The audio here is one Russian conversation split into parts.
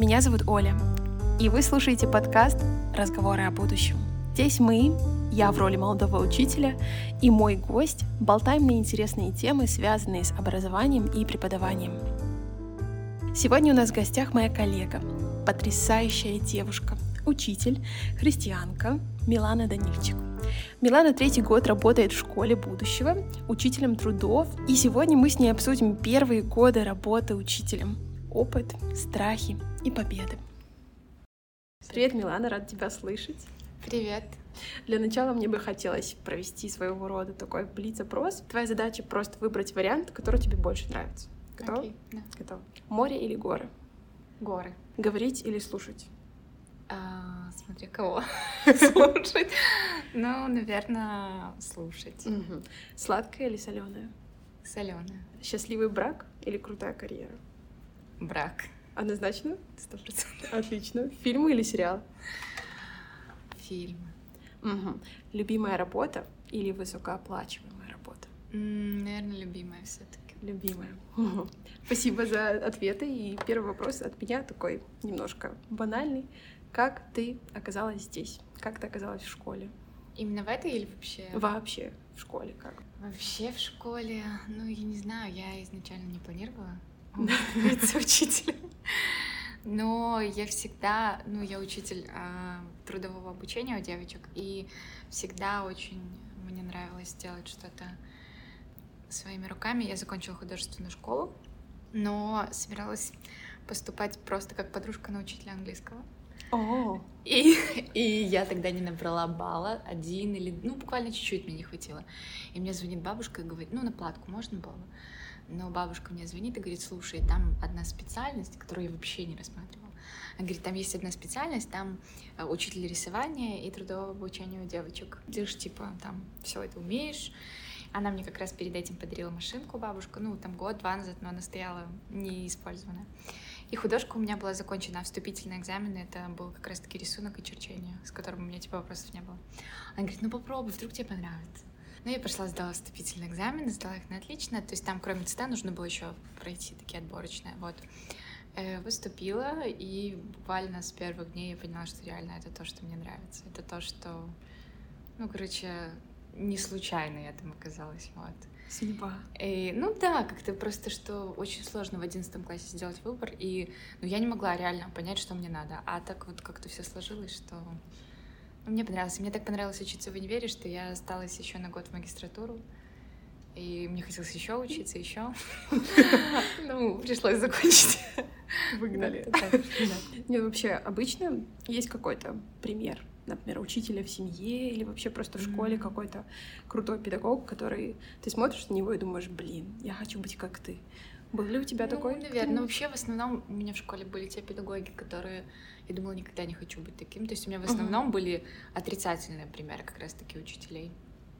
Меня зовут Оля, и вы слушаете подкаст «Разговоры о будущем». Здесь я в роли молодого учителя, и мой гость болтаем на интересные темы, связанные с образованием и преподаванием. Сегодня у нас в гостях моя коллега, потрясающая девушка, учитель, христианка Милана Данильчик. Милана 3-й год работает в школе будущего, учителем трудов, и сегодня мы с ней обсудим первые годы работы учителем. Опыт, страхи и победы. Привет, Милана, рада тебя слышать. Привет. Для начала мне бы хотелось провести своего рода такой блиц-опрос. Твоя задача просто выбрать вариант, который тебе больше нравится. Готова? Окей, да. Готова. Море или горы? Горы. Говорить или слушать? Смотри, кого слушать. Ну, наверное, слушать. Угу. Сладкое или соленое? Соленое. Счастливый брак или крутая карьера? Брак. Однозначно? 100%. Отлично. Фильмы или сериал? Фильм. Угу. Любимая работа или высокооплачиваемая работа? Наверное, любимая все-таки. Любимая. Угу. Спасибо за ответы. И первый вопрос от меня такой немножко банальный. Как ты оказалась здесь? Как ты оказалась в школе? Именно в этой или вообще? Вообще в школе как? Вообще в школе, ну, я не знаю, я изначально не планировала быть учителем. Но я всегда, я учитель трудового обучения у девочек, и всегда очень мне нравилось делать что-то своими руками. Я закончила художественную школу, но собиралась поступать просто как подружка на учителя английского. И я тогда не набрала балла, один или... буквально чуть-чуть мне не хватило. И мне звонит бабушка и говорит, на платку можно было? Но бабушка мне звонит и говорит, слушай, там одна специальность, которую я вообще не рассматривала. Она говорит, там есть одна специальность, там учитель рисования и трудового обучения у девочек. Ты же, там все это умеешь. Она мне как раз перед этим подарила машинку, бабушка, там год-два назад, но она стояла неиспользованная. И художка у меня была закончена, а вступительные экзамены — это был как раз-таки рисунок и черчение, с которым у меня вопросов не было. Она говорит, попробуй, вдруг тебе понравится. Я пошла, сдала вступительные экзамены, сдала их на отлично, то есть там кроме ЦТ нужно было еще пройти такие отборочные, Выступила, и буквально с первых дней я поняла, что реально это то, что мне нравится, это то, что, не случайно я там оказалась, Судьба. И, как-то просто, что очень сложно в 11 классе сделать выбор, и, я не могла реально понять, что мне надо, а так как-то все сложилось, что... Мне понравилось. Мне так понравилось учиться в универе, что я осталась еще на год в магистратуру. И мне хотелось еще учиться, еще. Пришлось закончить. Выгнали. Нет, вообще, обычно есть какой-то пример, например, учителя в семье или вообще просто в школе какой-то крутой педагог, который ты смотришь на него и думаешь, я хочу быть как ты. Был ли у тебя такой? Наверное. Вообще, в основном, у меня в школе были те педагоги, которые... Я думала, никогда не хочу быть таким. То есть у меня в основном были отрицательные примеры как раз-таки учителей.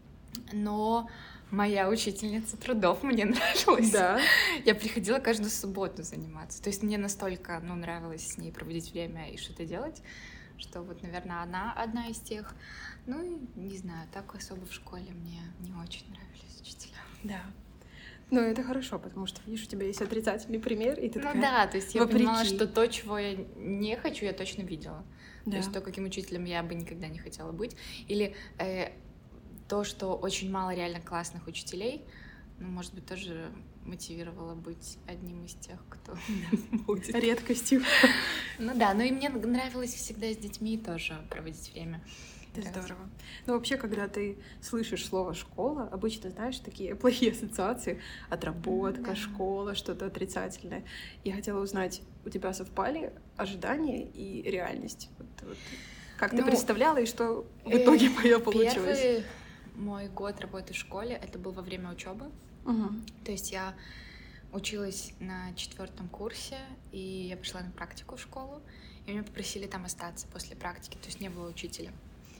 Но моя учительница трудов мне нравилась. Да. Я приходила каждую субботу заниматься. То есть мне настолько, нравилось с ней проводить время и что-то делать, что наверное, она одна из тех. Не знаю, так особо в школе мне не очень нравились учителя. Да. Это хорошо, потому что, видишь, у тебя есть отрицательный пример, и ты такая... да, то есть я понимала, что то, чего я не хочу, я точно видела. Да. То есть то, каким учителем я бы никогда не хотела быть. Или то, что очень мало реально классных учителей, может быть, тоже мотивировало быть одним из тех, кто будет. Редкостью. И мне нравилось всегда с детьми тоже проводить время. Это здорово. Вообще, когда ты слышишь слово «школа», обычно, знаешь, такие плохие ассоциации: отработка, школа, что-то отрицательное. Я хотела узнать, у тебя совпали ожидания и реальность? Как ты представляла, и что в итоге получилось? Первый мой год работы в школе — это был во время учебы. То есть я училась на 4-м курсе, и я пришла на практику в школу, и меня попросили там остаться после практики, то есть не было учителя.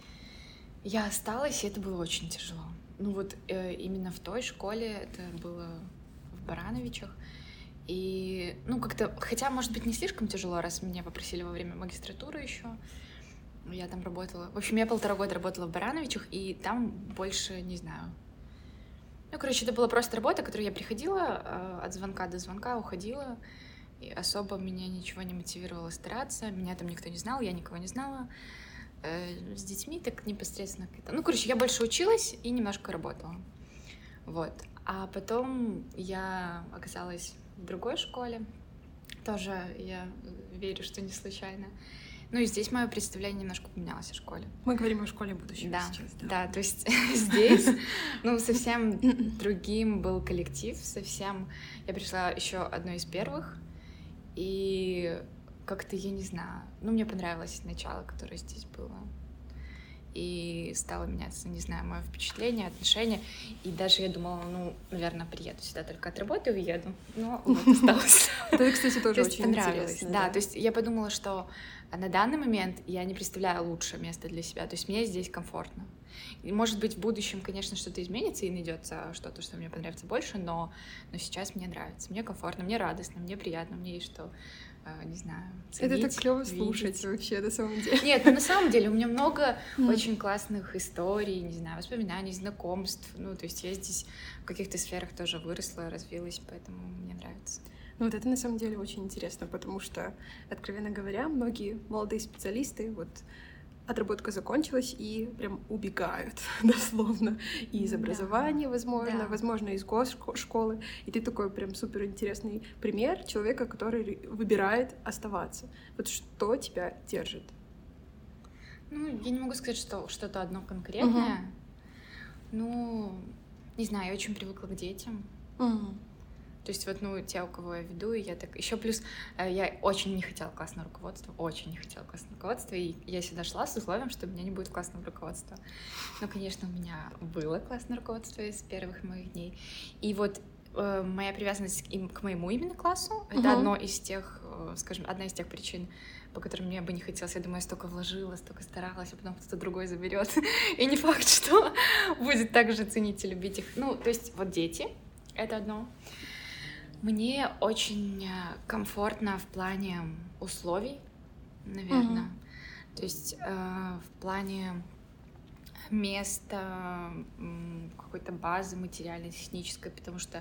Я осталась, и это было очень тяжело. Именно в той школе, это было в Барановичах. И, как-то, хотя, может быть, не слишком тяжело, раз меня попросили во время магистратуры еще. Я там работала. В общем, я 1,5 года работала в Барановичах, и там больше, не знаю. Это была просто работа, к которой я приходила от звонка до звонка, уходила. И особо меня ничего не мотивировало стараться, меня там никто не знал, я никого не знала. С детьми так непосредственно какая-то... Ну, короче, я больше училась и немножко работала. Вот. А потом я оказалась в другой школе. Тоже я верю, что не случайно. Ну и здесь мое представление немножко поменялось о школе. Мы говорим о школе будущего сейчас. Да, то есть здесь, ну, совсем другим был коллектив, совсем... Я пришла еще одной из первых, и как-то, я не знаю, ну, мне понравилось начало, которое здесь было. И стало меняться, не знаю, мое впечатление, отношение. И даже я думала, ну, наверное, приеду сюда, только отработаю и уеду. Но вот осталось. Это, кстати, тоже очень интересно. Да, то есть я подумала, что на данный момент я не представляю лучшее место для себя. То есть мне здесь комфортно. И, может быть, в будущем, конечно, что-то изменится и найдется что-то, что мне понравится больше, но сейчас мне нравится. Мне комфортно, мне радостно, мне приятно, мне есть что... не знаю, ценить, это так клево слушать вообще, на самом деле. Нет, ну на самом деле у меня много очень классных историй, не знаю, воспоминаний, знакомств. Ну, то есть я здесь в каких-то сферах тоже выросла, развилась, поэтому мне нравится. Ну вот это на самом деле очень интересно, потому что, откровенно говоря, многие молодые специалисты, вот отработка закончилась и прям убегают, дословно, и из образования, возможно, из госшколы. И ты такой прям супер интересный пример человека, который выбирает оставаться. Вот что тебя держит? Ну, я не могу сказать, что что-то одно конкретное. Ну, не знаю, я очень привыкла к детям. То есть вот, ну, те, у кого я веду, и я так... Еще плюс я очень не хотела классное руководство, и я сюда шла с условием, что у меня не будет классного руководства. Но, конечно, у меня было классное руководство из первых моих дней. И вот моя привязанность к моему именно классу — это одно из тех, скажем, одна из тех причин, по которым мне бы не хотелось. Я думаю, я столько вложила, столько старалась, а потом кто-то другой заберет. И не факт, что будет так же ценить и любить их. Ну, то есть вот дети — это одно. Мне очень комфортно в плане условий, наверное. То есть в плане места, какой-то базы материальной, технической, потому что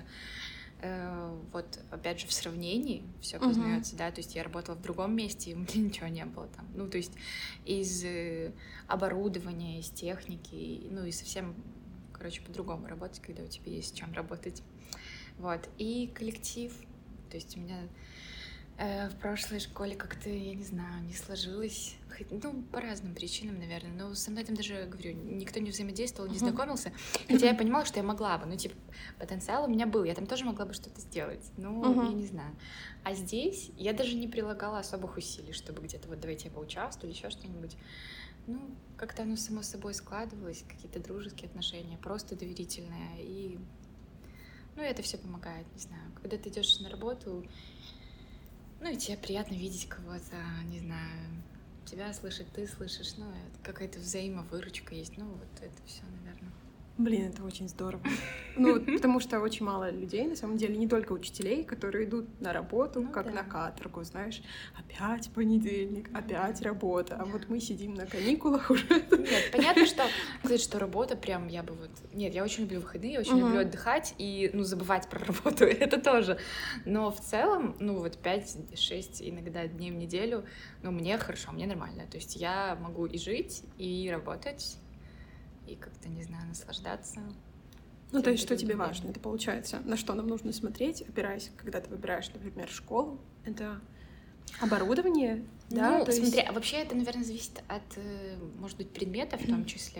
вот, опять же, в сравнении все познается, да, то есть я работала в другом месте, и у меня ничего не было там. Ну, то есть из оборудования, из техники, ну, и совсем, короче, по-другому работать, когда у тебя есть с чем работать. Вот, и коллектив, то есть у меня в прошлой школе как-то, я не знаю, не сложилось, ну, по разным причинам, наверное, но со мной там даже, говорю, никто не взаимодействовал, не знакомился, хотя я понимала, что я могла бы, ну, типа, потенциал у меня был, я там тоже могла бы что-то сделать, но я не знаю. А здесь я даже не прилагала особых усилий, чтобы где-то вот давайте я поучаствую или еще что-нибудь. Ну, как-то оно само собой складывалось, какие-то дружеские отношения, просто доверительные, и... Ну, это все помогает, не знаю. Когда ты идешь на работу, ну, и тебе приятно видеть кого-то, не знаю, тебя слышать, ты слышишь, ну, это какая-то взаимовыручка есть, ну, вот это все, наверное. Блин, это очень здорово. Ну, потому что очень мало людей, на самом деле, не только учителей, которые идут на работу, ну, как на каторгу, знаешь, опять понедельник, опять работа, а вот мы сидим на каникулах уже. Нет, понятно, что сказать, что работа прям я бы вот... Нет, я очень люблю выходные, я очень люблю отдыхать и, ну, забывать про работу, это тоже. Но в целом, ну, вот 5-6 иногда дней в неделю, ну, мне хорошо, мне нормально. То есть я могу и жить, и работать, и как-то, не знаю, наслаждаться. Ну, то есть, что тебе важно? Это получается, на что нам нужно смотреть, опираясь, когда ты выбираешь, например, школу, это оборудование, да? Ну, смотри, а вообще это, наверное, зависит от, может быть, предмета в том числе.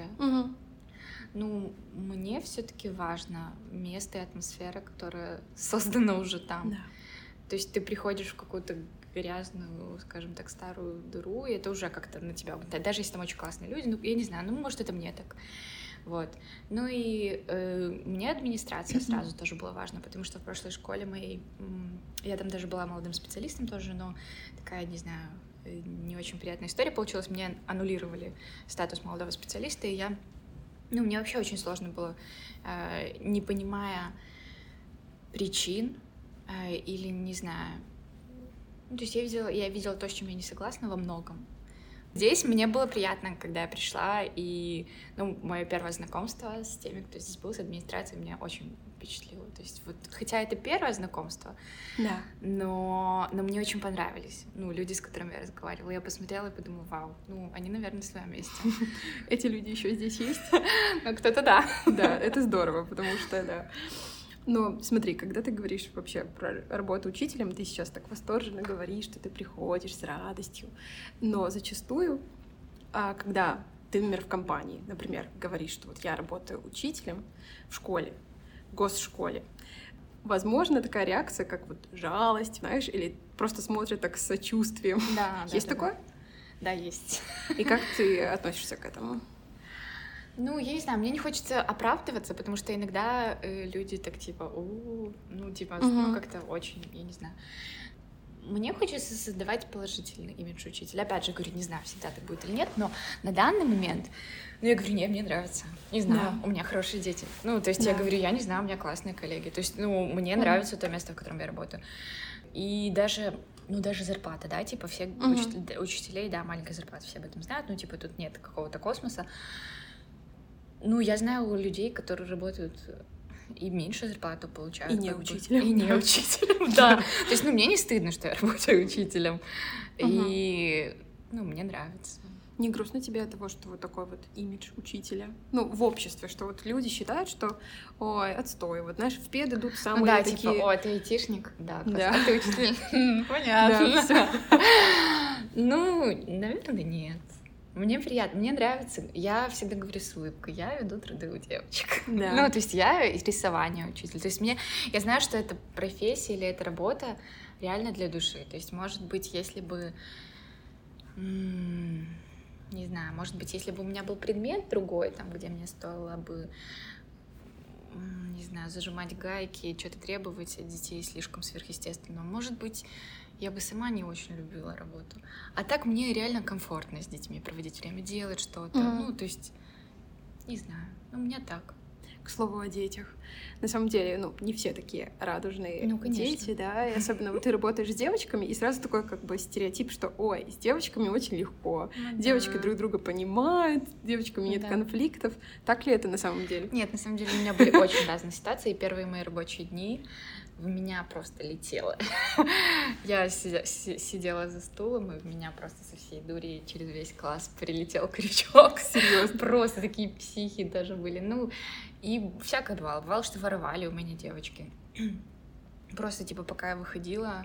Ну, мне все-таки важно место и атмосфера, которая создана уже там. Да. То есть ты приходишь в какую-то грязную, скажем так, старую дыру, и это уже как-то на тебя... Даже если там очень классные люди, ну, я не знаю, ну, может, это мне так. Вот. Ну и мне администрация сразу тоже была важна, потому что в прошлой школе моей... Я там даже была молодым специалистом тоже, но такая, не знаю, не очень приятная история получилась. Мне аннулировали статус молодого специалиста, и я... Ну, мне вообще очень сложно было, не понимая причин или, не знаю... Ну, то есть я видела то, с чем я не согласна во многом. Здесь мне было приятно, когда я пришла, и, ну, мое первое знакомство с теми, кто здесь был, с администрацией, меня очень впечатлило. То есть вот, хотя это первое знакомство, Да. но мне очень понравились, ну, люди, с которыми я разговаривала. Я посмотрела и подумала, вау, ну, они, наверное, в своем месте. Эти люди еще здесь есть? Ну, кто-то да. Да, это здорово, потому что, да. Но смотри, когда ты говоришь вообще про работу учителем, ты сейчас так восторженно говоришь, что ты приходишь с радостью. Но зачастую, когда ты, например, в компании, например, говоришь, что вот я работаю учителем в школе, в госшколе, возможно, такая реакция, как вот жалость, знаешь, или просто смотрят так с сочувствием. Да, есть да, такое? Да, есть. И как ты относишься к этому? Ну, я не знаю, мне не хочется оправдываться, потому что иногда люди так типа, ну, типа, ну, как-то очень, я не знаю. Мне хочется создавать положительный имидж учителя. Опять же, говорю, не знаю, всегда так будет или нет, но на данный момент, ну, я говорю, нет, мне нравится. Не знаю, у меня хорошие дети. Ну, то есть я говорю, я не знаю, у меня классные коллеги. То есть, ну, мне нравится то место, в котором я работаю. И даже зарплата, да, типа все учителей, да, маленькая зарплата, все об этом знают, ну, типа тут нет какого-то космоса. Ну, я знаю людей, которые работают и меньше зарплату получают. И не учителем. И не учителем, да. То есть, ну, мне не стыдно, что я работаю учителем. И, ну, мне нравится. Не грустно тебе от того, что вот такой вот имидж учителя? Ну, в обществе, что вот люди считают, что, ой, отстой, вот, знаешь, в пед идут самые такие... Да, типа, ой, ты айтишник? Да, да. А ты учитель? Понятно. Да, ну, наверное, нет. Мне приятно, мне нравится. Я всегда говорю с улыбкой. Я веду труды у девочек. Да. Ну, то есть я рисование учитель. То есть я знаю, что это профессия или эта работа реально для души. То есть, может быть, если бы... Не знаю, может быть, если бы у меня был предмет другой, там, где мне стоило бы, не знаю, зажимать гайки, что-то требовать от детей слишком сверхъестественного, может быть, я бы сама не очень любила работу. А так мне реально комфортно с детьми проводить время, делать что-то. Ну, то есть, не знаю, у меня так. К слову о детях. На самом деле, ну, не все такие радужные дети, да, и особенно вот ты работаешь с девочками, и сразу такой как бы стереотип, что, ой, с девочками очень легко, девочки друг друга понимают, с девочками нет конфликтов. Так ли это на самом деле? Нет, на самом деле у меня были очень разные ситуации, и первые мои рабочие дни в меня просто летело. Я сидела за стулом, и в меня просто со всей дури через весь класс прилетел крючок. Серьезно? Просто такие психи даже были. Ну, и всякое бывало. Бывало, что воровали у меня девочки. Просто, типа, пока я выходила,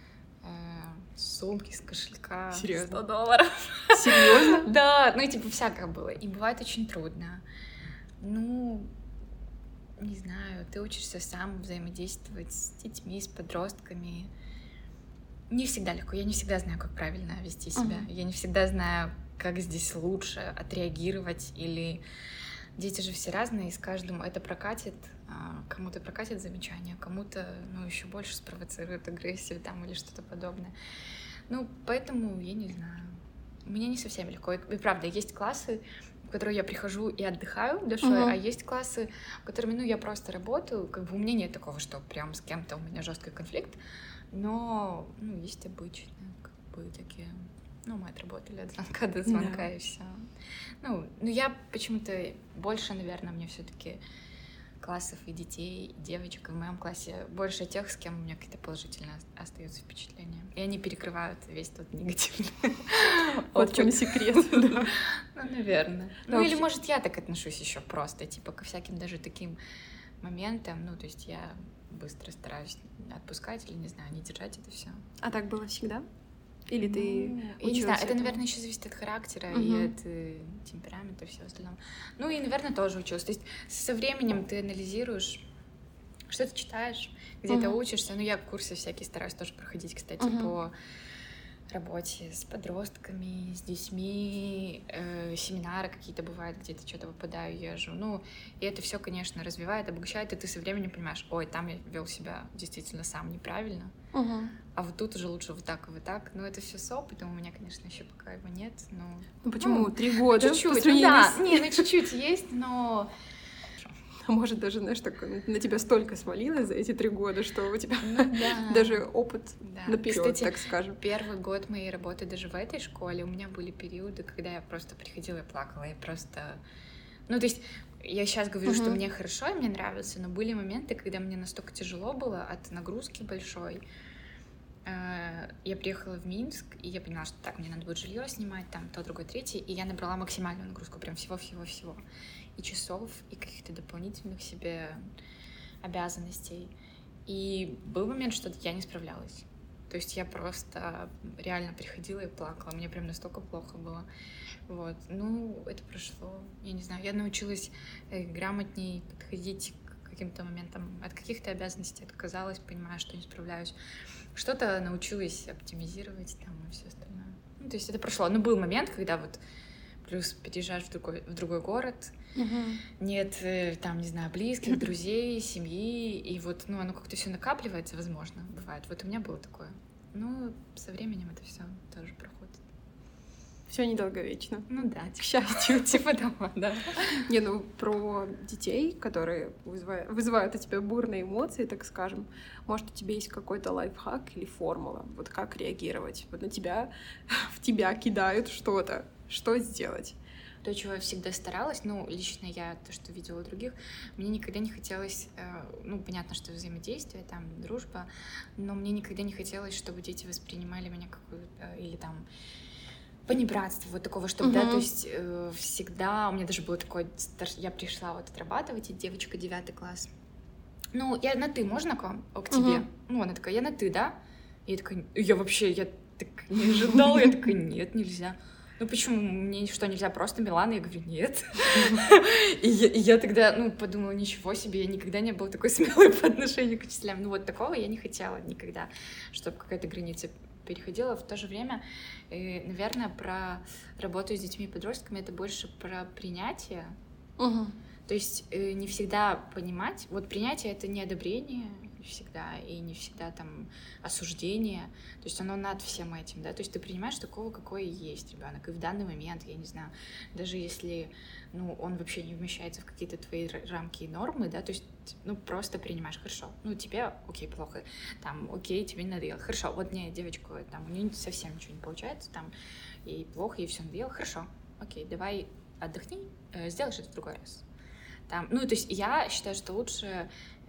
с сумки, с кошелька. Серьезно? $100. Серьезно? Да, ну, типа, всякое было. И бывает очень трудно. Ну, не знаю, ты учишься сам взаимодействовать с детьми, с подростками. Не всегда легко. Я не всегда знаю, как правильно вести себя. Я не всегда знаю, как здесь лучше отреагировать. Или дети же все разные, и с каждым это прокатит. Кому-то прокатит замечание, кому-то, ну, еще больше спровоцирует агрессию там или что-то подобное. Ну, поэтому я не знаю. Мне не совсем легко. И правда, есть классы, в которые я прихожу и отдыхаю душой, а есть классы, в которыми, ну, я просто работаю, как бы у меня нет такого, что прям с кем-то у меня жесткий конфликт, но, ну, есть обычные, как бы, такие, ну, мы отработали от звонка до звонка, и все. Ну, я почему-то больше, наверное, мне все-таки классов и детей, и девочек, и в моем классе больше тех, с кем у меня какие-то положительные остаются впечатления. И они перекрывают весь тот негативный. Вот в чем секрет. Ну, наверное. Ну, или, может, я так отношусь еще просто, типа, ко всяким даже таким моментам. Ну, то есть я быстро стараюсь отпускать или, не знаю, не держать это все. А так было всегда? Или ты я не знаю, это, наверное, еще зависит от характера и от темперамента и всего остального. Ну, и, наверное, тоже училась. То есть со временем ты анализируешь, что ты читаешь, где ты учишься. Ну, я курсы всякие стараюсь тоже проходить, кстати, по работе с подростками, с детьми, семинары какие-то бывают, где-то что-то попадаю, езжу. Ну, и это все, конечно, развивает, обогащает, и ты со временем понимаешь, ой, там я вел себя действительно сам неправильно, а вот тут уже лучше вот так и вот так. Ну, это все с опытом, у меня, конечно, еще пока его нет, но... Ну, почему? 3 года? Чуть-чуть, да, не, ну, чуть-чуть есть, но... А может, даже, знаешь, так на тебя столько свалилось за эти 3 года, что у тебя даже опыт наперед, так скажем. Первый год моей работы даже в этой школе у меня были периоды, когда я просто приходила и плакала. Я просто... Ну, то есть я сейчас говорю, что мне хорошо и мне нравится, но были моменты, когда мне настолько тяжело было от нагрузки большой. Я приехала в Минск, и я поняла, что так, мне надо будет жилье снимать, там, то, другое, третье, и я набрала максимальную нагрузку, прям всего-всего-всего. И часов, и каких-то дополнительных себе обязанностей. И был момент, что я не справлялась. То есть я просто реально приходила и плакала. Мне прям настолько плохо было. Вот. Ну, это прошло. Я не знаю, я научилась грамотней подходить к каким-то моментам. От каких-то обязанностей отказалась, понимая, что не справляюсь. Что-то научилась оптимизировать там и все остальное. Ну, то есть это прошло. Но был момент, когда вот плюс переезжаешь в другой город, нет там, не знаю, близких, друзей, семьи, и вот, ну, оно как-то все накапливается, возможно, бывает. Вот у меня было такое. Ну, со временем это все тоже проходит. Все недолговечно. Ну да, к счастью. Типа того, да. Не, ну про детей, которые вызывают у тебя бурные эмоции, так скажем. Может, у тебя есть какой-то лайфхак или формула? Вот как реагировать? Вот на тебя, в тебя кидают что-то. Что сделать? То, чего я всегда старалась, ну, лично я, то, что видела у других, мне никогда не хотелось, ну, понятно, что взаимодействие, там, дружба, но мне никогда не хотелось, чтобы дети воспринимали меня какую-то, или там, понебратство, вот такого, чтобы, да, то есть всегда, у меня даже было такое, я пришла вот отрабатывать, и девочка 9 класс, ну, я на «ты» можно к тебе? Ну, она такая, я на «ты», да? И я такая, я так не ожидала, я такая, нет, нельзя. Ну почему? Мне что, нельзя просто Милана? Я говорю, нет. И я тогда, ну, подумала, ничего себе, я никогда не была такой смелой по отношению к учителям. Ну вот такого я не хотела никогда, чтобы какая-то граница переходила. В то же время, наверное, про работу с детьми и подростками это больше про принятие. То есть не всегда понимать. Вот принятие — это не одобрение всегда, и не всегда там осуждение, то есть оно над всем этим, да, то есть ты принимаешь такого, какой есть ребенок, и в данный момент, я не знаю, даже если, ну, он вообще не вмещается в какие-то твои рамки и нормы, да, то есть, ну, просто принимаешь, хорошо, ну, тебе, окей, плохо, там, окей, тебе не надоело, хорошо, вот мне девочку, там, у нее совсем ничего не получается, там, ей плохо, ей все надоело, хорошо, окей, давай отдохни, сделаешь это в другой раз. Там, ну, то есть я считаю, что лучше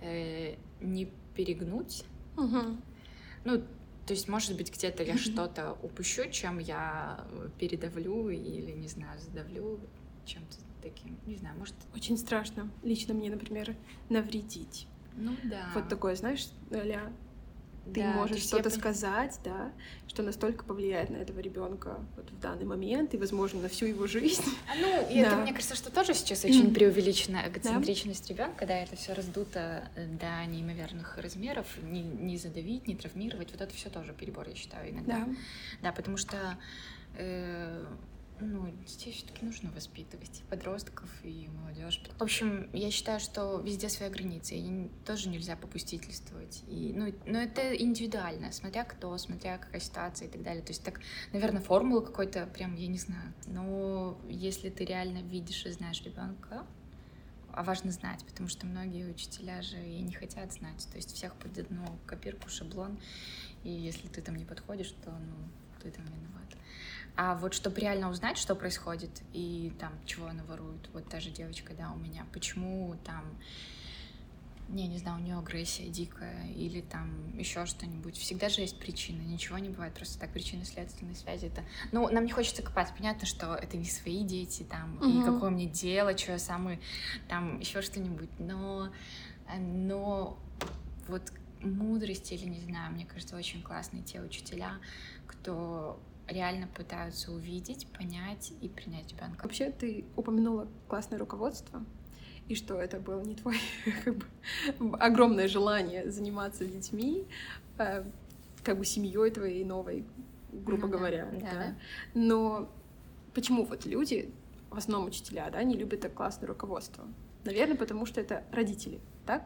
не перегнуть. Ну, то есть, может быть, где-то я что-то упущу, чем я передавлю или, не знаю, задавлю чем-то таким. Не знаю, может... Очень страшно. Лично мне, например, навредить. Ну, да. Вот такое, знаешь, ты можешь что-то сказать, да, что настолько повлияет на этого ребенка вот в данный момент и, возможно, на всю его жизнь. Ну, и это, мне кажется, что тоже сейчас очень преувеличена эгоцентричность ребенка, да, это все раздуто до неимоверных размеров, не задавить, не травмировать, вот это все тоже перебор, я считаю, иногда. Да, потому что ну, детей все-таки нужно воспитывать, и подростков, и молодежь. В общем, я считаю, что везде своя граница, и тоже нельзя попустительствовать. И, но это индивидуально, смотря кто, смотря какая ситуация и так далее. То есть так, наверное, формулы какой-то прям, я не знаю. Но если ты реально видишь и знаешь ребенка, а важно знать, потому что многие учителя же и не хотят знать. То есть всех под одну копирку, шаблон, и если ты там не подходишь, то, ну, ты там виноват. А вот чтобы реально узнать, что происходит и там, чего она ворует, вот та же девочка, да, у меня, почему там, не знаю, у нее агрессия дикая или там еще что-нибудь, всегда же есть причина, ничего не бывает просто так, причинно-следственной связи это, ну, нам не хочется копать, понятно, что это не свои дети там, и какое мне дело, что я самый, там, еще что-нибудь, но вот мудрость или, не знаю, мне кажется, очень классные те учителя, кто реально пытаются увидеть, понять и принять ребенка. Вообще, ты упомянула классное руководство, и что это было не твое как бы огромное желание заниматься детьми, как бы семьей твоей новой, грубо говоря. Да. Но почему вот люди, в основном учителя, да, не любят так классное руководство? Наверное, потому что это родители, так?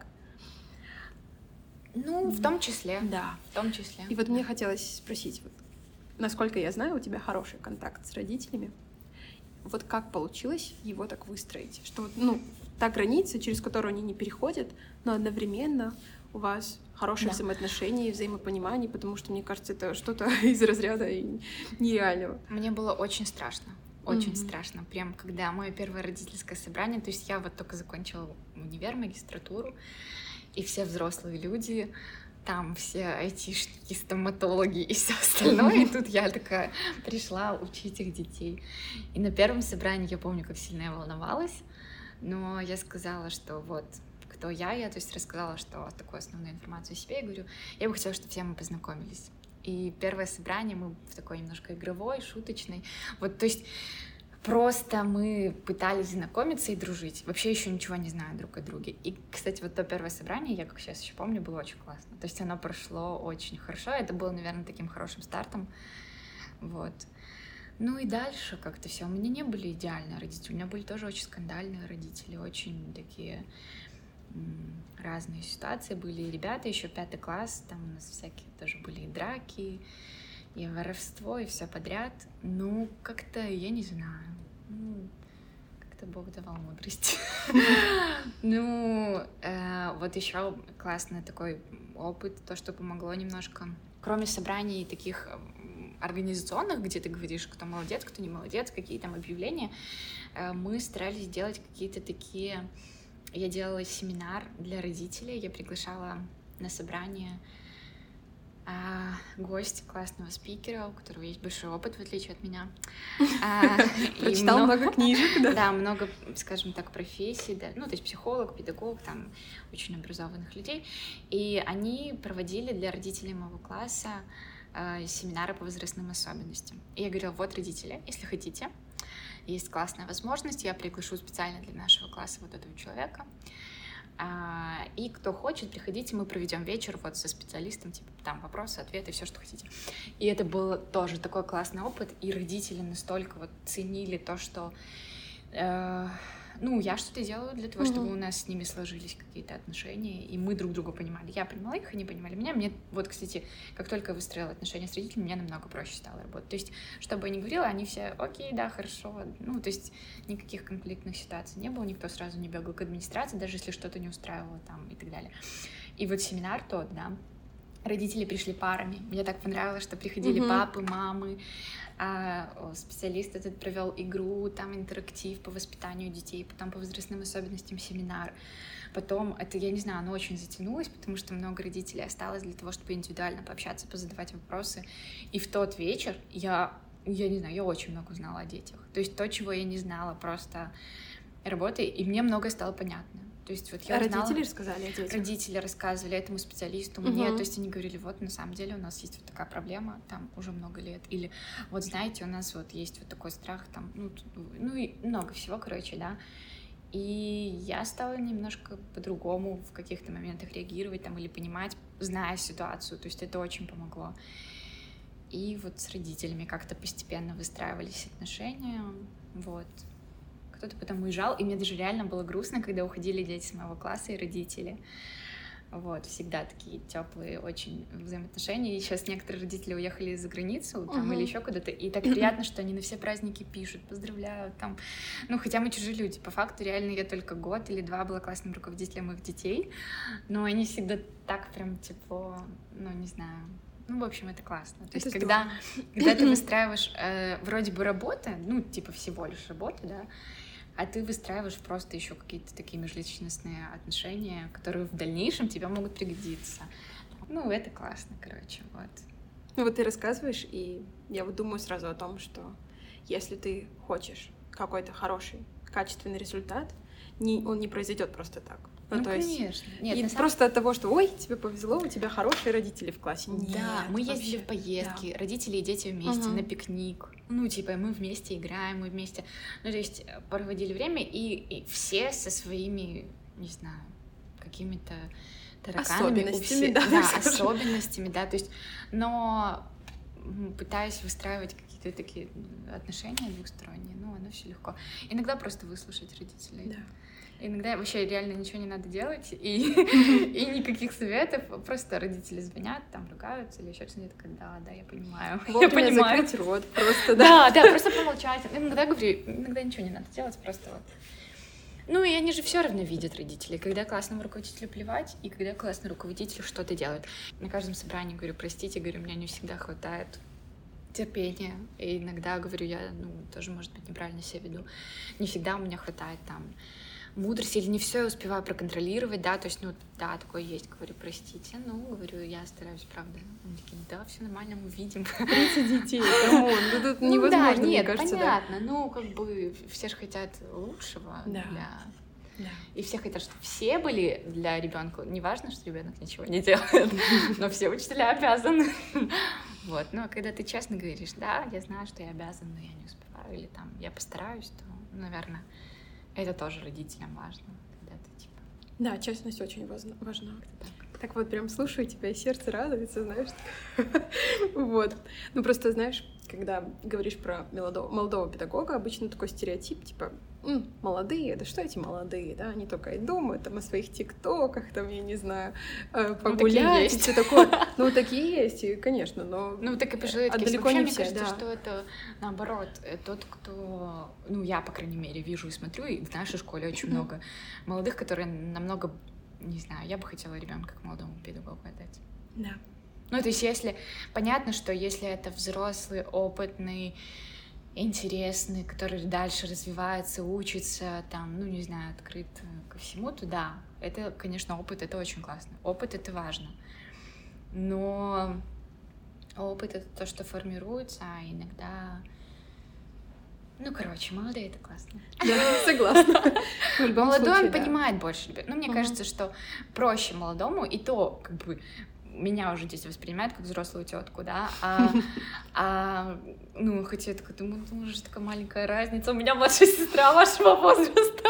Ну, в том числе. Да. В том числе. И вот мне хотелось спросить, вот, насколько я знаю, у тебя хороший контакт с родителями. Вот как получилось его так выстроить? Что, ну, та граница, через которую они не переходят, но одновременно у вас хорошие взаимоотношения и взаимопонимание, потому что, мне кажется, это что-то из разряда нереального. Мне было очень страшно. Очень страшно. Прям когда мое первое родительское собрание, то есть я вот только закончила универ, магистратуру, и все взрослые люди, там все айтишники, стоматологи и все остальное, и тут я такая пришла учить их детей. И на первом собрании я помню, как сильно я волновалась, но я сказала, что вот кто я, то есть рассказала, что такую основную информацию о себе, и говорю, я бы хотела, чтобы все мы познакомились. И первое собрание мы в такой немножко игровой, шуточной, вот, то есть просто мы пытались знакомиться и дружить. Вообще еще ничего не знаю друг о друге. И, кстати, вот то первое собрание, я как сейчас еще помню, было очень классно. То есть оно прошло очень хорошо. Это было, наверное, таким хорошим стартом. Вот. Ну и дальше как-то все. У меня не были идеальные родители. У меня были тоже очень скандальные родители, очень такие разные ситуации были. И ребята, еще 5 класс, там у нас всякие тоже были и драки, и воровство, и все подряд. Ну, как-то, я не знаю, как-то Бог давал мудрость. Ну, вот еще классный такой опыт, то, что помогло немножко. Кроме собраний таких организационных, где ты говоришь, кто молодец, кто не молодец, какие там объявления, мы старались делать какие-то такие... Я делала семинар для родителей, я приглашала на собрание гость классного спикера, у которого есть большой опыт, в отличие от меня. Прочитал много книжек, да? Да, много, скажем так, профессий, да, ну, то есть психолог, педагог, там, очень образованных людей. И они проводили для родителей моего класса семинары по возрастным особенностям. И я говорила, вот, родители, если хотите, есть классная возможность, я приглашу специально для нашего класса вот этого человека. И кто хочет, приходите, мы проведем вечер вот со специалистом, типа там вопросы, ответы, все, что хотите. И это был тоже такой классный опыт, и родители настолько вот ценили то, что ну, я что-то делаю для того, чтобы у нас с ними сложились какие-то отношения, и мы друг друга понимали. Я понимала их, они понимали меня. Мне вот, кстати, как только я выстроила отношения с родителями, мне намного проще стало работать. То есть, что бы я ни говорила, они все, окей, да, хорошо. Ну, то есть, никаких конфликтных ситуаций не было, никто сразу не бегал к администрации, даже если что-то не устраивало там и так далее. И вот семинар тот, да, родители пришли парами. Мне так понравилось, что приходили папы, мамы, специалист этот провел игру, там интерактив по воспитанию детей, потом по возрастным особенностям семинар. Потом, это, я не знаю, оно очень затянулось, потому что много родителей осталось для того, чтобы индивидуально пообщаться, позадавать вопросы. И в тот вечер я не знаю, я очень много узнала о детях. То есть то, чего я не знала, просто работая, и мне многое стало понятно. То есть вот я узнала... Родители рассказали о детях? Родители рассказывали этому специалисту мне, то есть они говорили, вот на самом деле у нас есть вот такая проблема, там уже много лет, или вот знаете, у нас вот есть вот такой страх, там, ну и много всего, короче, да. И я стала немножко по-другому в каких-то моментах реагировать там или понимать, зная ситуацию, то есть это очень помогло. И вот с родителями как-то постепенно выстраивались отношения, вот. Кто-то потом уезжал, и мне даже реально было грустно, когда уходили дети с моего класса и родители. Вот, всегда такие теплые очень взаимоотношения. И сейчас некоторые родители уехали за границу там, или еще куда-то, и так приятно, что они на все праздники пишут, поздравляют там. Ну, хотя мы чужие люди. По факту, реально, я только год или 2 была классным руководителем их детей, но они всегда так прям тепло, ну, не знаю. Ну, в общем, это классно. То есть, когда ты выстраиваешь вроде бы работу, ну, типа всего лишь работу, да, а ты выстраиваешь просто еще какие-то такие межличностные отношения, которые в дальнейшем тебе могут пригодиться. Ну, это классно, короче, вот. Ну, вот ты рассказываешь, и я вот думаю сразу о том, что если ты хочешь какой-то хороший, качественный результат, он не произойдет просто так. Ну, то конечно. Есть, нет, и просто от того, что, ой, тебе повезло, у тебя хорошие родители в классе. Нет, да, мы ездили в поездки, да. Родители и дети вместе, на пикник. Ну, типа, мы вместе играем, мы вместе, ну, то есть, проводили время, и все со своими, не знаю, какими-то тараканами. Особенностями, Особенностями, да, то есть, но пытаясь выстраивать какие-то такие отношения двухсторонние, ну, оно все легко. Иногда просто выслушать родителей. Да. Иногда вообще реально ничего не надо делать, и никаких советов, просто родители звонят, там ругаются или еще что-нибудь, такая, да, я понимаю. Вовремя закрыть рот просто, да. Да, просто помолчать. Иногда говорю, иногда ничего не надо делать, просто вот Ну, и они же все равно видят родителей, когда классному руководителю плевать, и когда классный руководитель что-то делает. На каждом собрании говорю, простите, говорю, мне не всегда хватает терпения, и иногда, говорю, я, тоже, может быть, неправильно себя веду. Не всегда у меня хватает там мудрости, или не все я успеваю проконтролировать, да, то есть, да, такое есть, говорю, простите, говорю, я стараюсь, правда. Они такие, да, все нормально, мы видим. 30 детей, камон, тут невозможно, да, мне нет, кажется, понятно, все же хотят лучшего Да. И все хотят, чтобы все были для ребенка. Не важно, что ребенок ничего не делает, но все учителя обязаны. Вот, но когда ты честно говоришь, да, я знаю, что я обязан, но я не успеваю, или там я постараюсь, то, наверное, это тоже родителям важно, когда ты типа. Да, честность очень важна. Так вот, прям слушаю тебя, и сердце радуется, знаешь. Вот. Просто, знаешь, когда говоришь про молодого педагога, обычно такой стереотип, типа, молодые, да что эти молодые, да, они только и думают там о своих тиктоках, там, я не знаю, погулять, и все такое. Такие есть, и, конечно, но... так и пожилые такие. Далеко не мне все, кажется, да. что это, наоборот, тот, кто... я, по крайней мере, вижу и смотрю, и в нашей школе очень много молодых, которые намного... Не знаю, я бы хотела ребенка к молодому педагогу отдать. Да. То есть если... Понятно, что если это взрослый, опытный, интересный, который дальше развивается, учится, там, не знаю, открыт ко всему, то да, это, конечно, опыт, это очень классно. Опыт — это важно. Но опыт — это то, что формируется, а иногда... молодые — это классно. Да, согласна. Молодой, он понимает больше. Мне кажется, что проще молодому, и то, как бы, меня уже дети воспринимают как взрослую тетку, да, хотя я такая думаю, уже такая маленькая разница, у меня младшая сестра вашего возраста,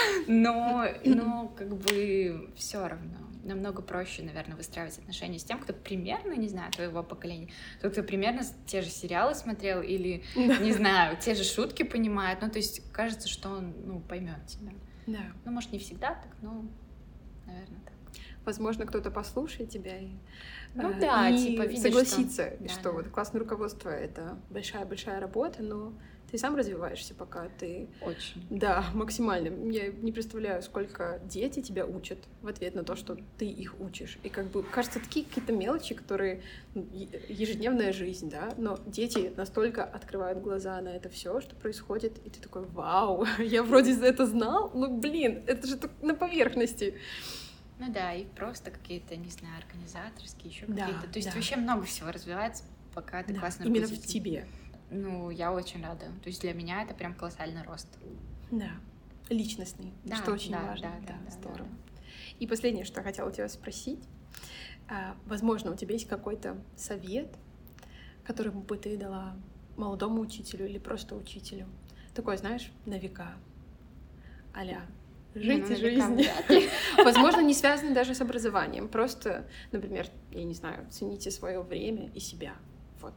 но как бы все равно. Намного проще, наверное, выстраивать отношения с тем, кто примерно, не знаю, твоего поколения, тот, кто примерно те же сериалы смотрел или, не знаю, те же шутки понимает, то есть кажется, что он, поймет тебя. Да. Может, не всегда так, но, наверное, так. Возможно, кто-то послушает тебя и видишь, согласится, что что вот классное руководство — это большая-большая работа, но ты сам развиваешься, пока ты... Очень. Да, максимально. Я не представляю, сколько дети тебя учат в ответ на то, что ты их учишь. И как бы, кажется, такие какие-то мелочи, которые ежедневная жизнь, да, но дети настолько открывают глаза на это все, что происходит, и ты такой, вау, я вроде это знал, это же на поверхности. И просто какие-то, не знаю, организаторские, еще какие-то. То есть вообще много всего развивается, пока ты классно именно руководитель. В тебе. Я очень рада. То есть для меня это прям колоссальный рост. Да. Личностный, что очень важно. Да, здорово. И последнее, что я хотела у тебя спросить. Возможно, у тебя есть какой-то совет, который бы ты дала молодому учителю или просто учителю? Такой, знаешь, на века. А-ля «Живите жизнь». Возможно, не связанный даже с образованием. Просто, например, я не знаю, цените свое время и себя. Вот.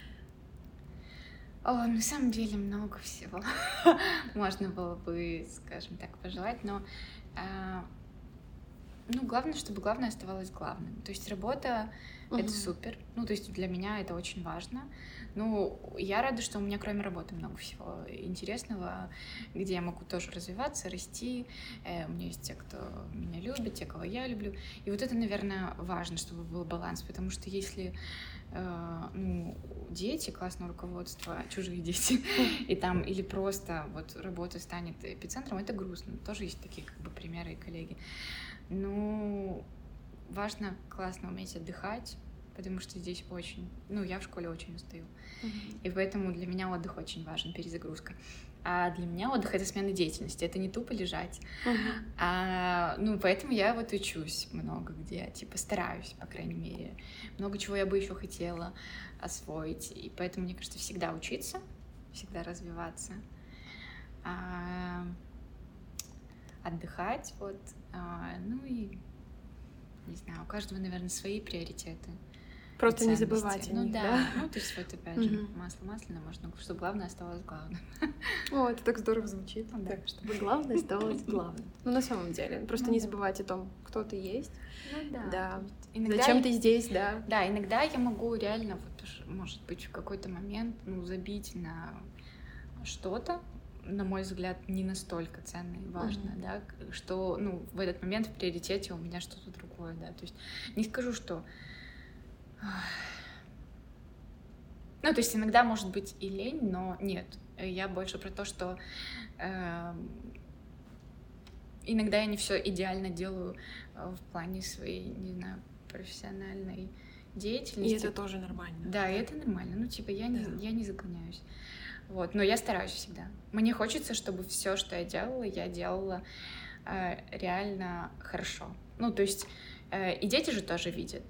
На самом деле много всего можно было бы, скажем так, пожелать, но главное, чтобы главное оставалось главным. То есть работа — это супер, то есть для меня это очень важно. Я рада, что у меня кроме работы много всего интересного, где я могу тоже развиваться, расти. У меня есть те, кто меня любит, те, кого я люблю. И вот это, наверное, важно, чтобы был баланс, потому что если дети, классное руководство, чужие дети, и там или просто вот работа станет эпицентром, это грустно. Тоже есть такие как бы примеры и коллеги. Важно классно уметь отдыхать, потому что здесь очень... я в школе очень устаю. И поэтому для меня отдых очень важен, перезагрузка. А для меня отдых — это смена деятельности, это не тупо лежать. Поэтому я вот учусь много где, стараюсь, по крайней мере. Много чего я бы еще хотела освоить. И поэтому, мне кажется, всегда учиться, всегда развиваться, отдыхать, и, не знаю, у каждого, наверное, свои приоритеты. Просто не забывать о них, да? То есть вот опять же, масло масляное, можно, чтобы главное оставалось главным. Это так здорово звучит, чтобы главное оставалось главным. На самом деле, просто не забывать о том, кто ты есть, зачем ты здесь, да. Да, иногда я могу реально, может быть, в какой-то момент, забить на что-то, на мой взгляд, не настолько ценно и важно, да, что, ну, в этот момент в приоритете у меня что-то другое, да, то есть не скажу, что... Ну, то есть иногда может быть и лень, но нет, я больше про то, что иногда я не все идеально делаю в плане своей, не знаю, профессиональной деятельности. И это тоже нормально. Да, и это нормально. Ну, типа, я не загоняюсь. Вот, но я стараюсь всегда. Мне хочется, чтобы все, что я делала реально хорошо. Ну, то есть и дети же тоже видят.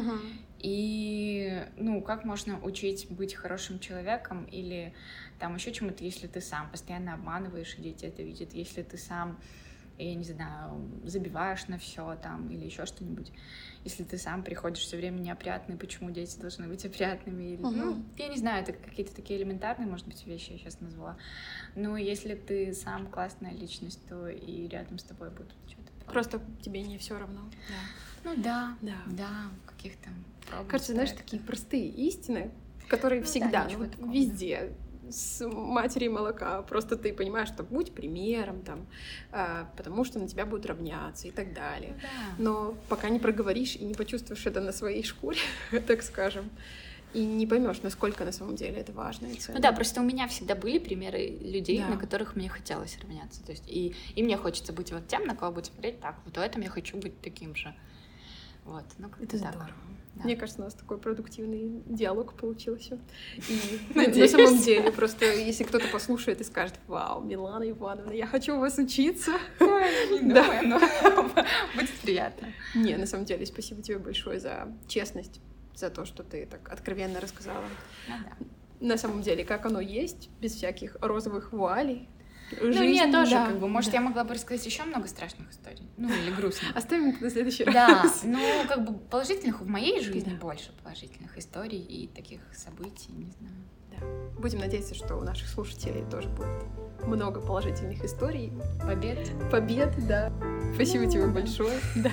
И, ну, как можно учить быть хорошим человеком или там еще чему-то, если ты сам постоянно обманываешь, и дети это видят, если ты сам, я не знаю, забиваешь на все там или еще что-нибудь, если ты сам приходишь все время неопрятный, почему дети должны быть опрятными, или, ну, я не знаю, это какие-то такие элементарные, может быть, вещи я сейчас назвала, но если ты сам классная личность, то и рядом с тобой будут что-то. Просто тебе не все равно. Ну да, каких-то. Кажется, знаешь, такие простые истины, которые всегда, да, вот везде, с матери молока. Просто ты понимаешь, что будь примером, там, потому что на тебя будут равняться и так далее. Да. Но пока не проговоришь и не почувствуешь это на своей шкуре, так скажем, и не поймешь, насколько на самом деле это важно и ценно. Ну да, просто у меня всегда были примеры людей, на которых мне хотелось равняться. То есть и мне хочется быть вот тем, на кого будет смотреть так. Вот в этом я хочу быть таким же. Вот, ну как-то это так. Здорово. Да. Мне кажется, у нас такой продуктивный диалог получился. И на самом деле, просто если кто-то послушает и скажет: вау, Милана Ивановна, я хочу у вас учиться. Не думаю, но будет приятно. Не, на самом деле, спасибо тебе большое за честность, за то, что ты так откровенно рассказала. На самом деле, как оно есть, без всяких розовых вуалей. Ну, мне тоже, как бы, может, я могла бы рассказать еще много страшных историй, ну, или грустных. Оставим это на следующий раз. Да, ну, как бы, положительных в моей жизни больше положительных историй и таких событий, не знаю. Да. Будем надеяться, что у наших слушателей тоже будет много положительных историй. Побед, да. Спасибо тебе большое. Да.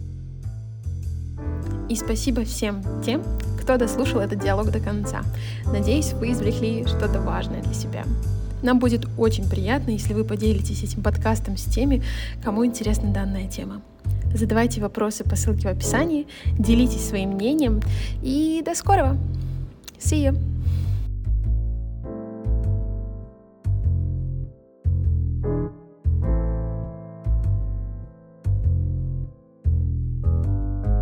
И спасибо всем тем, кто дослушал этот диалог до конца. Надеюсь, вы извлекли что-то важное для себя. Нам будет очень приятно, если вы поделитесь этим подкастом с теми, кому интересна данная тема. Задавайте вопросы по ссылке в описании, делитесь своим мнением и до скорого! See you!